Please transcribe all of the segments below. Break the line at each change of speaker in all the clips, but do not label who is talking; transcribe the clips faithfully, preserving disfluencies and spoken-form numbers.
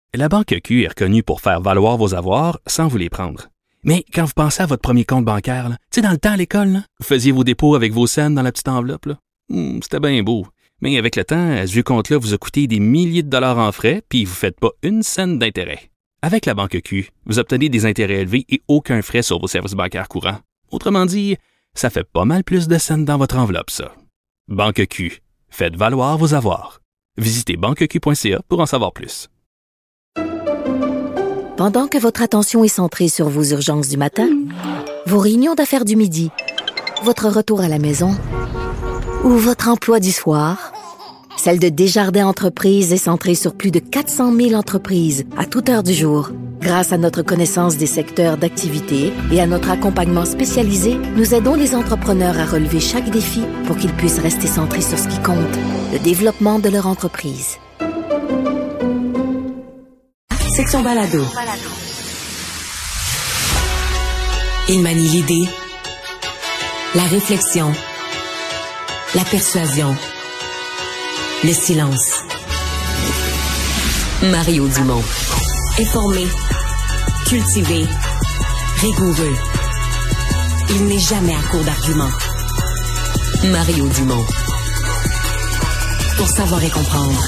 La Banque Q est reconnue pour faire valoir vos avoirs sans vous les prendre. Mais quand vous pensez à votre premier compte bancaire, tu sais, dans le temps à l'école, là, vous faisiez vos dépôts avec vos scènes dans la petite enveloppe. Là. Hum, c'était bien beau. Mais avec le temps, ce vieux compte-là vous a coûté des milliers de dollars en frais, puis vous ne faites pas une scène d'intérêt. Avec la Banque Q, vous obtenez des intérêts élevés et aucun frais sur vos services bancaires courants. Autrement dit, ça fait pas mal plus de scènes dans votre enveloppe, ça. Banque Q. Faites valoir vos avoirs. Visitez banque q point c a pour en savoir plus.
Pendant que votre attention est centrée sur vos urgences du matin, vos réunions d'affaires du midi, votre retour à la maison ou votre emploi du soir, celle de Desjardins Entreprises est centrée sur plus de quatre cent mille entreprises à toute heure du jour. Grâce à notre connaissance des secteurs d'activité et à notre accompagnement spécialisé, nous aidons les entrepreneurs à relever chaque défi pour qu'ils puissent rester centrés sur ce qui compte, le développement de leur entreprise. Section balado.
Il manie l'idée, la réflexion, la persuasion, le silence. Mario Dumont. Informé, cultivé, rigoureux. Il n'est jamais à court d'arguments. Mario Dumont. Pour savoir et comprendre.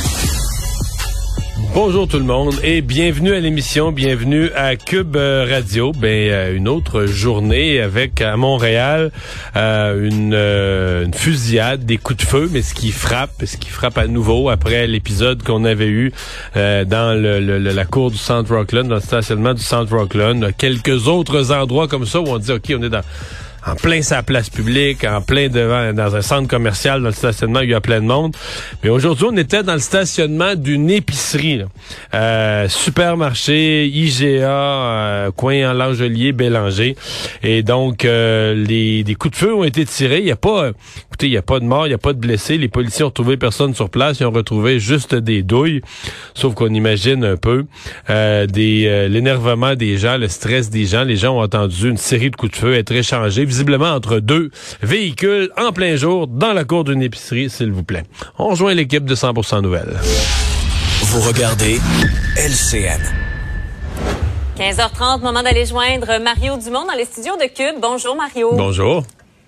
Bonjour tout le monde et bienvenue à l'émission, bienvenue à Cube Radio. Ben euh, une autre journée avec à Montréal euh, une, euh, une fusillade, des coups de feu, mais ce qui frappe, ce qui frappe à nouveau après l'épisode qu'on avait eu euh, dans le, le, la cour du Centre Rockland, dans le stationnement du Centre Rockland, quelques autres endroits comme ça où on dit ok, on est dans en plein sa place publique, en plein devant, dans un centre commercial, dans le stationnement, il y a plein de monde. Mais aujourd'hui, on était dans le stationnement d'une épicerie, là. Euh, supermarché, I G A, euh, coin en Langelier, Bélanger. Et donc, euh, les, des coups de feu ont été tirés. Il n'y a pas, euh, écoutez, il n'y a pas de mort, il n'y a pas de blessés. Les policiers ont retrouvé personne sur place. Ils ont retrouvé juste des douilles. Sauf qu'on imagine un peu euh, des euh, l'énervement des gens, le stress des gens. Les gens ont entendu une série de coups de feu être échangés visiblement entre deux véhicules en plein jour dans la cour d'une épicerie, s'il vous plaît. On rejoint l'équipe de cent pour cent Nouvelles.
Vous regardez L C N.
quinze heures trente, moment d'aller joindre Mario Dumont dans les studios de Cube. Bonjour Mario.
Bonjour.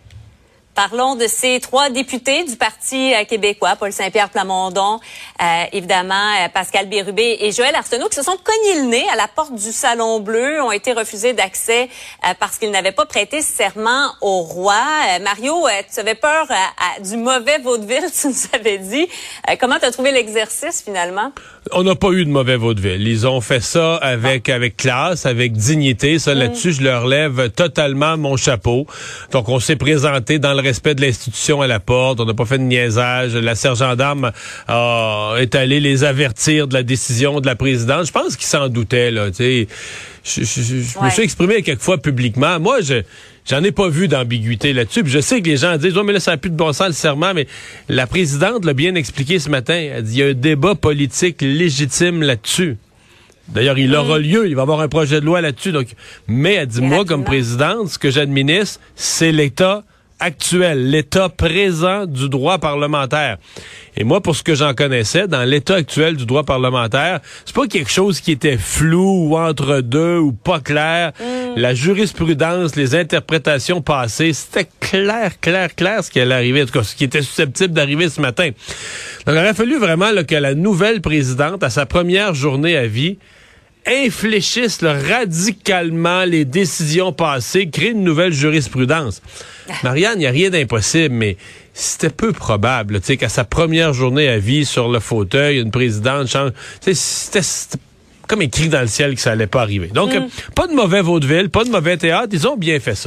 Parlons de ces trois députés du Parti euh, québécois, Paul Saint-Pierre Plamondon, euh, évidemment euh, Pascal Bérubé et Joël Arsenault, qui se sont cognés le nez à la porte du Salon Bleu, ont été refusés d'accès euh, parce qu'ils n'avaient pas prêté serment au roi. Euh, Mario, euh, tu avais peur euh, à, du mauvais vaudeville, tu nous avais dit. Euh, comment tu as trouvé l'exercice finalement?
On n'a pas eu de mauvais vaudeville. Ils ont fait ça avec ah. avec classe, avec dignité. Ça, mmh. là-dessus, je leur lève totalement mon chapeau. Donc, on s'est présenté dans le respect de l'institution à la porte. On n'a pas fait de niaisage. La sergent d'armes euh, est allée les avertir de la décision de la présidente. Je pense qu'ils s'en doutaient, là. Tu sais, je, je, je, je ouais. me suis exprimé quelquefois publiquement. Moi, je J'en ai pas vu d'ambiguïté là-dessus. Puis je sais que les gens disent « Oh, mais là, ça n'a plus de bon sens, le serment. » Mais la présidente l'a bien expliqué ce matin. Elle dit « Il y a un débat politique légitime là-dessus. » D'ailleurs, il aura lieu. Il va y avoir un projet de loi là-dessus. Donc, mais elle dit « Moi, comme présidente, ce que j'administre, c'est l'État actuel, l'état présent du droit parlementaire. » Et moi, pour ce que j'en connaissais, dans l'état actuel du droit parlementaire, c'est pas quelque chose qui était flou ou entre deux ou pas clair. Mm. La jurisprudence, les interprétations passées, c'était clair, clair, clair ce qui allait arriver, en tout cas, ce qui était susceptible d'arriver ce matin. Donc, il aurait fallu vraiment là, que la nouvelle présidente, à sa première journée à vie, infléchisse là, radicalement les décisions passées, crée une nouvelle jurisprudence. Marianne, il n'y a rien d'impossible, mais c'était peu probable, tu sais, qu'à sa première journée à vie sur le fauteuil, une présidente change. Tu sais, c'était, c'était comme écrit dans le ciel que ça allait pas arriver. Donc, mm. euh, pas de mauvais vaudeville, pas de mauvais théâtre, ils ont bien fait ça.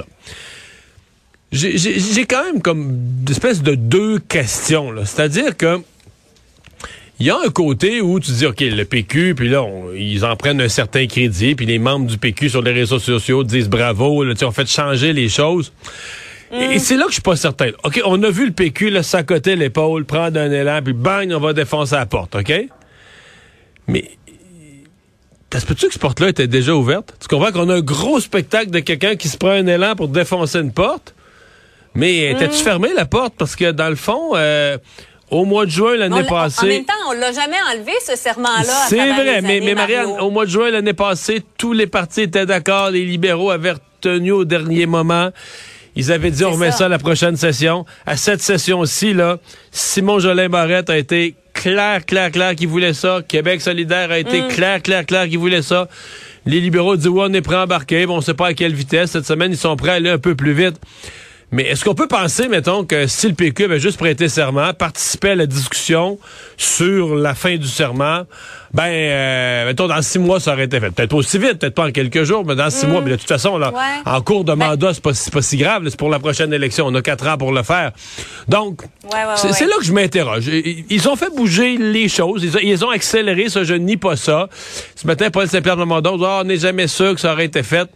J'ai, j'ai, j'ai quand même comme une espèce de deux questions, là. C'est-à-dire que il y a un côté où tu dis, OK, le P Q, puis là, on, ils en prennent un certain crédit, puis les membres du P Q sur les réseaux sociaux disent bravo, là, on fait changer les choses. Mm. Et, et c'est là que je suis pas certain. OK, on a vu le P Q, là, s'accoter l'épaule, prendre un élan, puis bang, on va défoncer la porte, OK? Mais, ça se peut-tu que cette porte-là était déjà ouverte? Tu comprends qu'on a un gros spectacle de quelqu'un qui se prend un élan pour défoncer une porte? Mais, mm. t'as-tu fermé la porte? Parce que, dans le fond, euh, Au mois de juin l'année
on,
passée...
En même temps, on l'a jamais enlevé, ce serment-là.
C'est vrai, mais,
années,
mais Marianne,
Mario.
au mois de juin l'année passée, tous les partis étaient d'accord, les libéraux avaient retenu au dernier moment. Ils avaient dit, on remet ça. ça à la prochaine session. À cette session-ci, là, Simon Jolin Barrette a été clair, clair, clair qu'il voulait ça. Québec solidaire a été mm. clair, clair, clair qu'il voulait ça. Les libéraux disent, ouais, on est prêt à embarquer. Bon, on ne sait pas à quelle vitesse. Cette semaine, ils sont prêts à aller un peu plus vite. Mais est-ce qu'on peut penser, mettons, que si le P Q avait juste prêté serment, participait à la discussion sur la fin du serment, ben, euh, mettons, dans six mois, ça aurait été fait. Peut-être pas aussi vite, peut-être pas en quelques jours, mais dans six mmh. mois. Mais de toute façon, là, ouais. en cours de mandat, ben, c'est pas, c'est pas si grave. Là, c'est pour la prochaine élection. On a quatre ans pour le faire. Donc,
ouais, ouais,
c'est,
ouais.
c'est là que je m'interroge. Ils ont fait bouger les choses. Ils ont, ils ont accéléré ça. Je nie pas ça. Ce matin, Paul Saint-Pierre Plamondon dit, oh, on n'est jamais sûr que ça aurait été fait.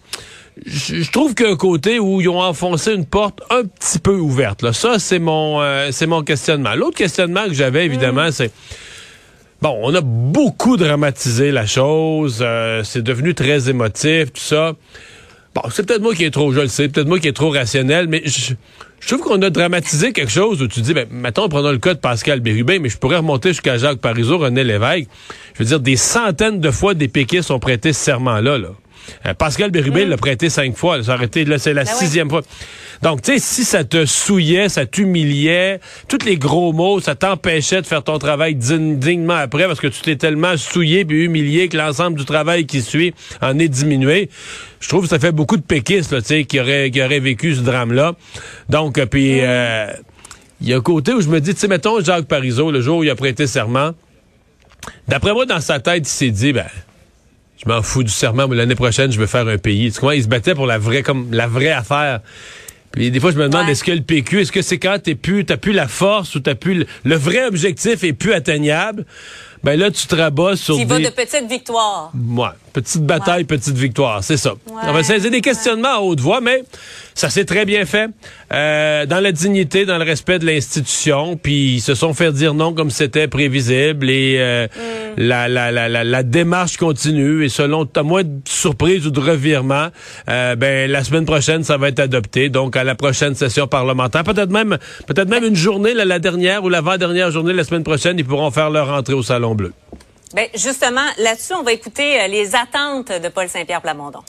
Je, je trouve qu'il y a un côté où ils ont enfoncé une porte un petit peu ouverte. Là. Ça, c'est mon euh, c'est mon questionnement. L'autre questionnement que j'avais, évidemment, mmh. c'est... Bon, on a beaucoup dramatisé la chose. Euh, c'est devenu très émotif, tout ça. Bon, c'est peut-être moi qui est trop, je le sais, peut-être moi qui est trop rationnel, mais je, je trouve qu'on a dramatisé quelque chose où tu dis, ben, mettons, prenons le cas de Pascal Bérubé, mais je pourrais remonter jusqu'à Jacques Parizeau, René Lévesque. Je veux dire, des centaines de fois des péquistes ont prêté ce serment-là, là. Euh, Pascal Bérubé mmh. l'a prêté cinq fois. Là, ça aurait été, là, c'est la ben sixième ouais. fois. Donc, tu sais, si ça te souillait, ça t'humiliait, tous les gros mots, ça t'empêchait de faire ton travail digne, dignement après parce que tu t'es tellement souillé puis humilié que l'ensemble du travail qui suit en est diminué. Je trouve que ça fait beaucoup de péquistes, là, tu sais, qui auraient, qui auraient vécu ce drame-là. Donc, euh, puis, il mmh. euh, y a un côté où je me dis, tu sais, mettons Jacques Parizeau, le jour où il a prêté serment, d'après moi, dans sa tête, il s'est dit, ben, je m'en fous du serment, mais l'année prochaine, je veux faire un pays. Tu sais comment il se battait pour la vraie, comme la vraie affaire. Puis des fois, je me demande, ouais. est-ce que le P Q, est-ce que c'est quand t'es plus, t'as plus la force ou t'as plus le, le vrai objectif est plus atteignable? Ben là, tu te rabats sur
tu
des...
vas de petites victoires.
Ouais. Petite bataille, ouais. petite victoire, c'est ça.
Ouais.
On va saisir des questionnements à haute voix, mais ça s'est très bien fait. Euh, dans la dignité, dans le respect de l'institution, puis ils se sont fait dire non comme c'était prévisible et euh, mm. la, la, la, la, la démarche continue et selon, à moins de surprise ou de revirement, euh, ben la semaine prochaine, ça va être adopté. Donc, à la prochaine session parlementaire, peut-être même peut-être même une journée, là, la dernière ou l'avant-dernière journée, la semaine prochaine, ils pourront faire leur entrée au Salon Bleu.
Ben justement, là-dessus, on va écouter euh, les attentes de Paul Saint-Pierre Plamondon.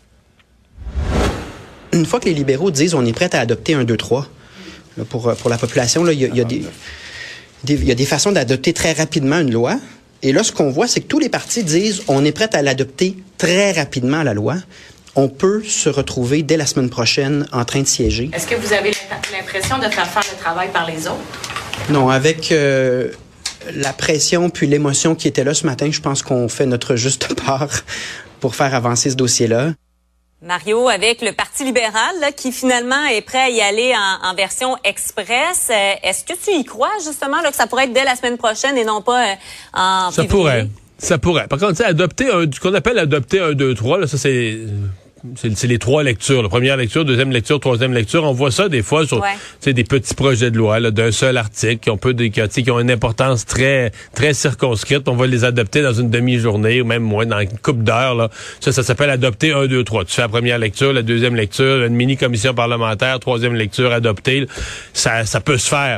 Une fois que les libéraux disent on est prêt à adopter un, deux, trois, là, pour, pour la population, il y, y, y, y a des façons d'adopter très rapidement une loi. Et là, ce qu'on voit, c'est que tous les partis disent on est prêt à l'adopter très rapidement, la loi. On peut se retrouver dès la semaine prochaine en train de siéger.
Est-ce que vous avez l'impression de faire faire le travail par les autres?
Non, avec... Euh, la pression puis l'émotion qui était là ce matin, je pense qu'on fait notre juste part pour faire avancer ce dossier-là.
Mario, avec le Parti libéral là, qui finalement est prêt à y aller en, en version express, euh, est-ce que tu y crois justement là, que ça pourrait être dès la semaine prochaine et non pas euh, en
Ça
février?
pourrait. Ça pourrait. Par contre, tu sais, adopter un, ce qu'on appelle adopter un, deux, trois, là, ça c'est... C'est, c'est les trois lectures. La première lecture, deuxième lecture, troisième lecture. On voit ça des fois sur ouais. des petits projets de loi là, d'un seul article qui ont, peu de, qui, qui ont une importance très très circonscrite. On va les adopter dans une demi-journée ou même moins, dans une couple d'heures. Là. Ça, ça s'appelle adopter un, deux, trois. Tu fais la première lecture, la deuxième lecture, une mini-commission parlementaire, troisième lecture, adopter. Ça, ça peut se faire.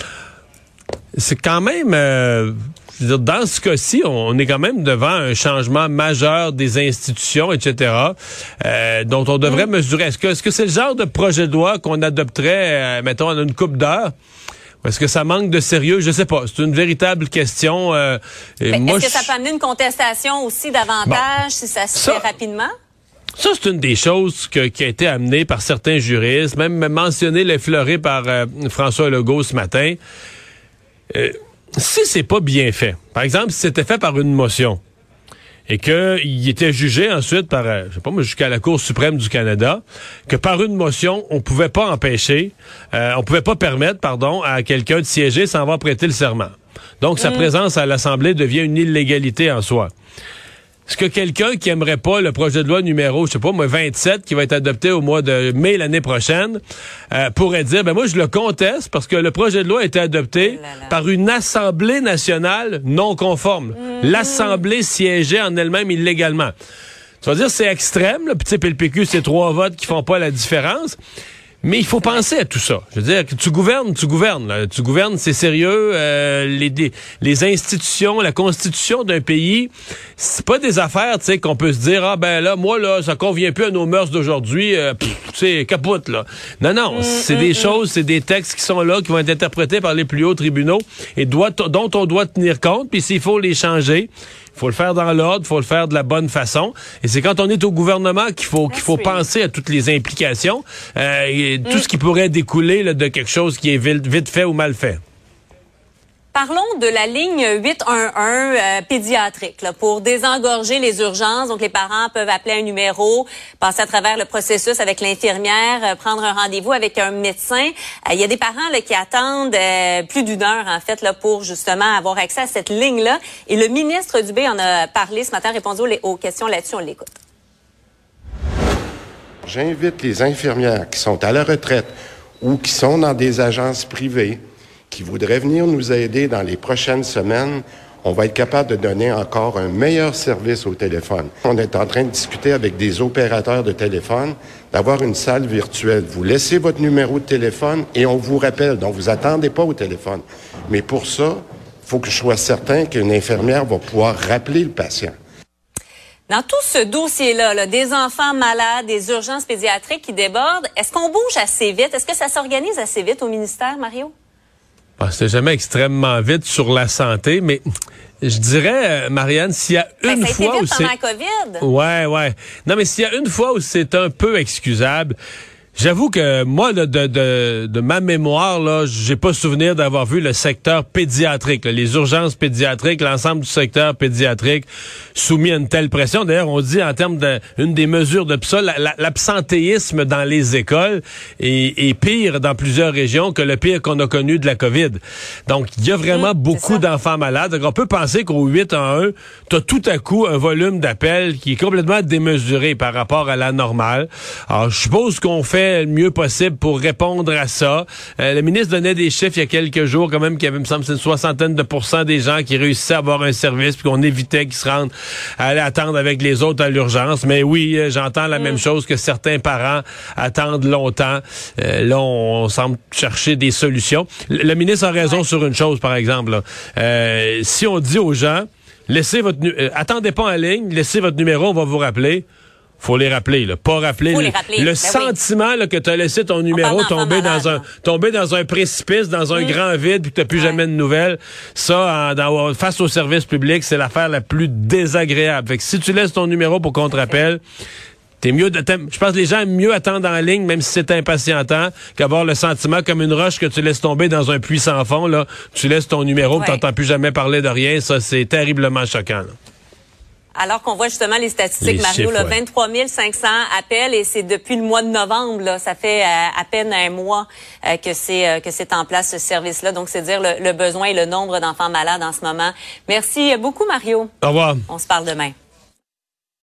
C'est quand même... Euh, Je veux dire, dans ce cas-ci, on est quand même devant un changement majeur des institutions, et cetera, euh, dont on devrait mmh. mesurer. Est-ce que, est-ce que c'est le genre de projet de loi qu'on adopterait, euh, mettons, en une couple d'heures? Ou est-ce que ça manque de sérieux? Je sais pas. C'est une véritable question. Euh, et moi,
est-ce que
je...
ça peut amener une contestation aussi davantage bon. si ça se ça... fait rapidement?
Ça, c'est une des choses que, qui a été amenée par certains juristes, même mentionné, l'effleuré par euh, François Legault ce matin. Euh, Si c'est pas bien fait, par exemple, si c'était fait par une motion et qu'il était jugé ensuite par, je sais pas moi, jusqu'à la Cour suprême du Canada, que par une motion, on pouvait pas empêcher, euh, on pouvait pas permettre, pardon, à quelqu'un de siéger sans avoir prêté le serment. Donc, sa mmh. présence à l'Assemblée devient une illégalité en soi. Est-ce que quelqu'un qui aimerait pas le projet de loi numéro, je sais pas, moi, vingt-sept, qui va être adopté au mois de mai l'année prochaine, euh, pourrait dire, ben moi, je le conteste parce que le projet de loi a été adopté là là. par une Assemblée nationale non conforme. Mmh. L'Assemblée siégeait en elle-même illégalement. Tu vas dire, c'est extrême, là, puis le P Q, c'est trois votes qui font pas la différence. Mais il faut penser à tout ça. Je veux dire, que tu gouvernes, tu gouvernes. Là. Tu gouvernes, c'est sérieux. Euh, les, les institutions, la constitution d'un pays, c'est pas des affaires, tu sais, qu'on peut se dire, ah ben là, moi, là, ça convient plus à nos mœurs d'aujourd'hui. Euh, tu sais, capote, là. Non, non, mmh, c'est mmh, des mmh. choses, c'est des textes qui sont là, qui vont être interprétés par les plus hauts tribunaux et doit, dont on doit tenir compte. Puis s'il faut les changer, il faut le faire dans l'ordre, il faut le faire de la bonne façon. Et c'est quand on est au gouvernement qu'il faut qu'il faut penser à toutes les implications, euh, et tout mm. ce qui pourrait découler là, de quelque chose qui est vite, vite fait ou mal fait.
Parlons de la ligne huit un un euh, pédiatrique là, pour désengorger les urgences. Donc, les parents peuvent appeler un numéro, passer à travers le processus avec l'infirmière, euh, prendre un rendez-vous avec un médecin. Euh, il y a des parents là, qui attendent euh, plus d'une heure, en fait, là, pour justement avoir accès à cette ligne-là. Et le ministre Dubé en a parlé ce matin, répondu aux, aux questions là-dessus. On l'écoute.
J'invite les infirmières qui sont à la retraite ou qui sont dans des agences privées qui voudraient venir nous aider dans les prochaines semaines. On va être capable de donner encore un meilleur service au téléphone. On est en train de discuter avec des opérateurs de téléphone d'avoir une salle virtuelle. Vous laissez votre numéro de téléphone et on vous rappelle. Donc, vous attendez pas au téléphone. Mais pour ça, il faut que je sois certain qu'une infirmière va pouvoir rappeler le patient.
Dans tout ce dossier-là, là, des enfants malades, des urgences pédiatriques qui débordent, est-ce qu'on bouge assez vite? Est-ce que ça s'organise assez vite au ministère, Mario?
Ah, c'est jamais extrêmement vite sur la santé, mais je dirais, Marianne, s'il y a une
ben, ça
fois
a été vite
où c'est...
pendant la COVID.
Ouais, ouais. Non, mais s'il y a une fois où c'est un peu excusable... J'avoue que moi, de, de, de, de ma mémoire, là, j'ai pas souvenir d'avoir vu le secteur pédiatrique, là, les urgences pédiatriques, l'ensemble du secteur pédiatrique soumis à une telle pression. D'ailleurs, on dit en termes de une des mesures de ça, la, la, l'absentéisme dans les écoles est, est pire dans plusieurs régions que le pire qu'on a connu de la COVID. Donc, il y a vraiment mmh, beaucoup d'enfants malades. Donc, on peut penser qu'au huit en un, t'as tout à coup un volume d'appels qui est complètement démesuré par rapport à la normale. Alors, je suppose qu'on fait le mieux possible pour répondre à ça. Euh, le ministre donnait des chiffres il y a quelques jours quand même qu'il y avait, me semble, une soixantaine de pourcents des gens qui réussissaient à avoir un service puis qu'on évitait qu'ils se rendent à aller attendre avec les autres à l'urgence. Mais oui, j'entends la mmh. même chose que certains parents attendent longtemps. Euh, là, on, on semble chercher des solutions. Le, le ministre a raison ouais. sur une chose, par exemple. Là. Euh, si on dit aux gens, laissez votre, euh, attendez pas en ligne, laissez votre numéro, on va vous rappeler. Faut les rappeler, là. Pas rappeler.
Faut
le
les rappeler.
le
ben
sentiment
oui.
là, que tu as laissé ton numéro tomber dans malade, un tomber dans un précipice, dans un mmh. grand vide, puis que tu n'as plus ouais. jamais de nouvelles, ça, en, dans, face au service public, c'est l'affaire la plus désagréable. Fait que si tu laisses ton numéro pour qu'on te rappelle, t'es mieux de, je pense que les gens aiment mieux attendre en ligne, même si c'est impatientant, qu'avoir le sentiment comme une roche que tu laisses tomber dans un puits sans fond, là. Tu laisses ton numéro, ouais. tu n'entends plus jamais parler de rien. Ça, c'est terriblement choquant, là.
Alors qu'on voit justement les statistiques, les Mario, chiffres, là, ouais. vingt-trois mille cinq cents appels et c'est depuis le mois de novembre, là, ça fait euh, à peine un mois euh, que c'est euh, que c'est en place ce service-là. Donc, c'est dire le, le besoin et le nombre d'enfants malades en ce moment. Merci beaucoup, Mario.
Au revoir.
On se parle demain.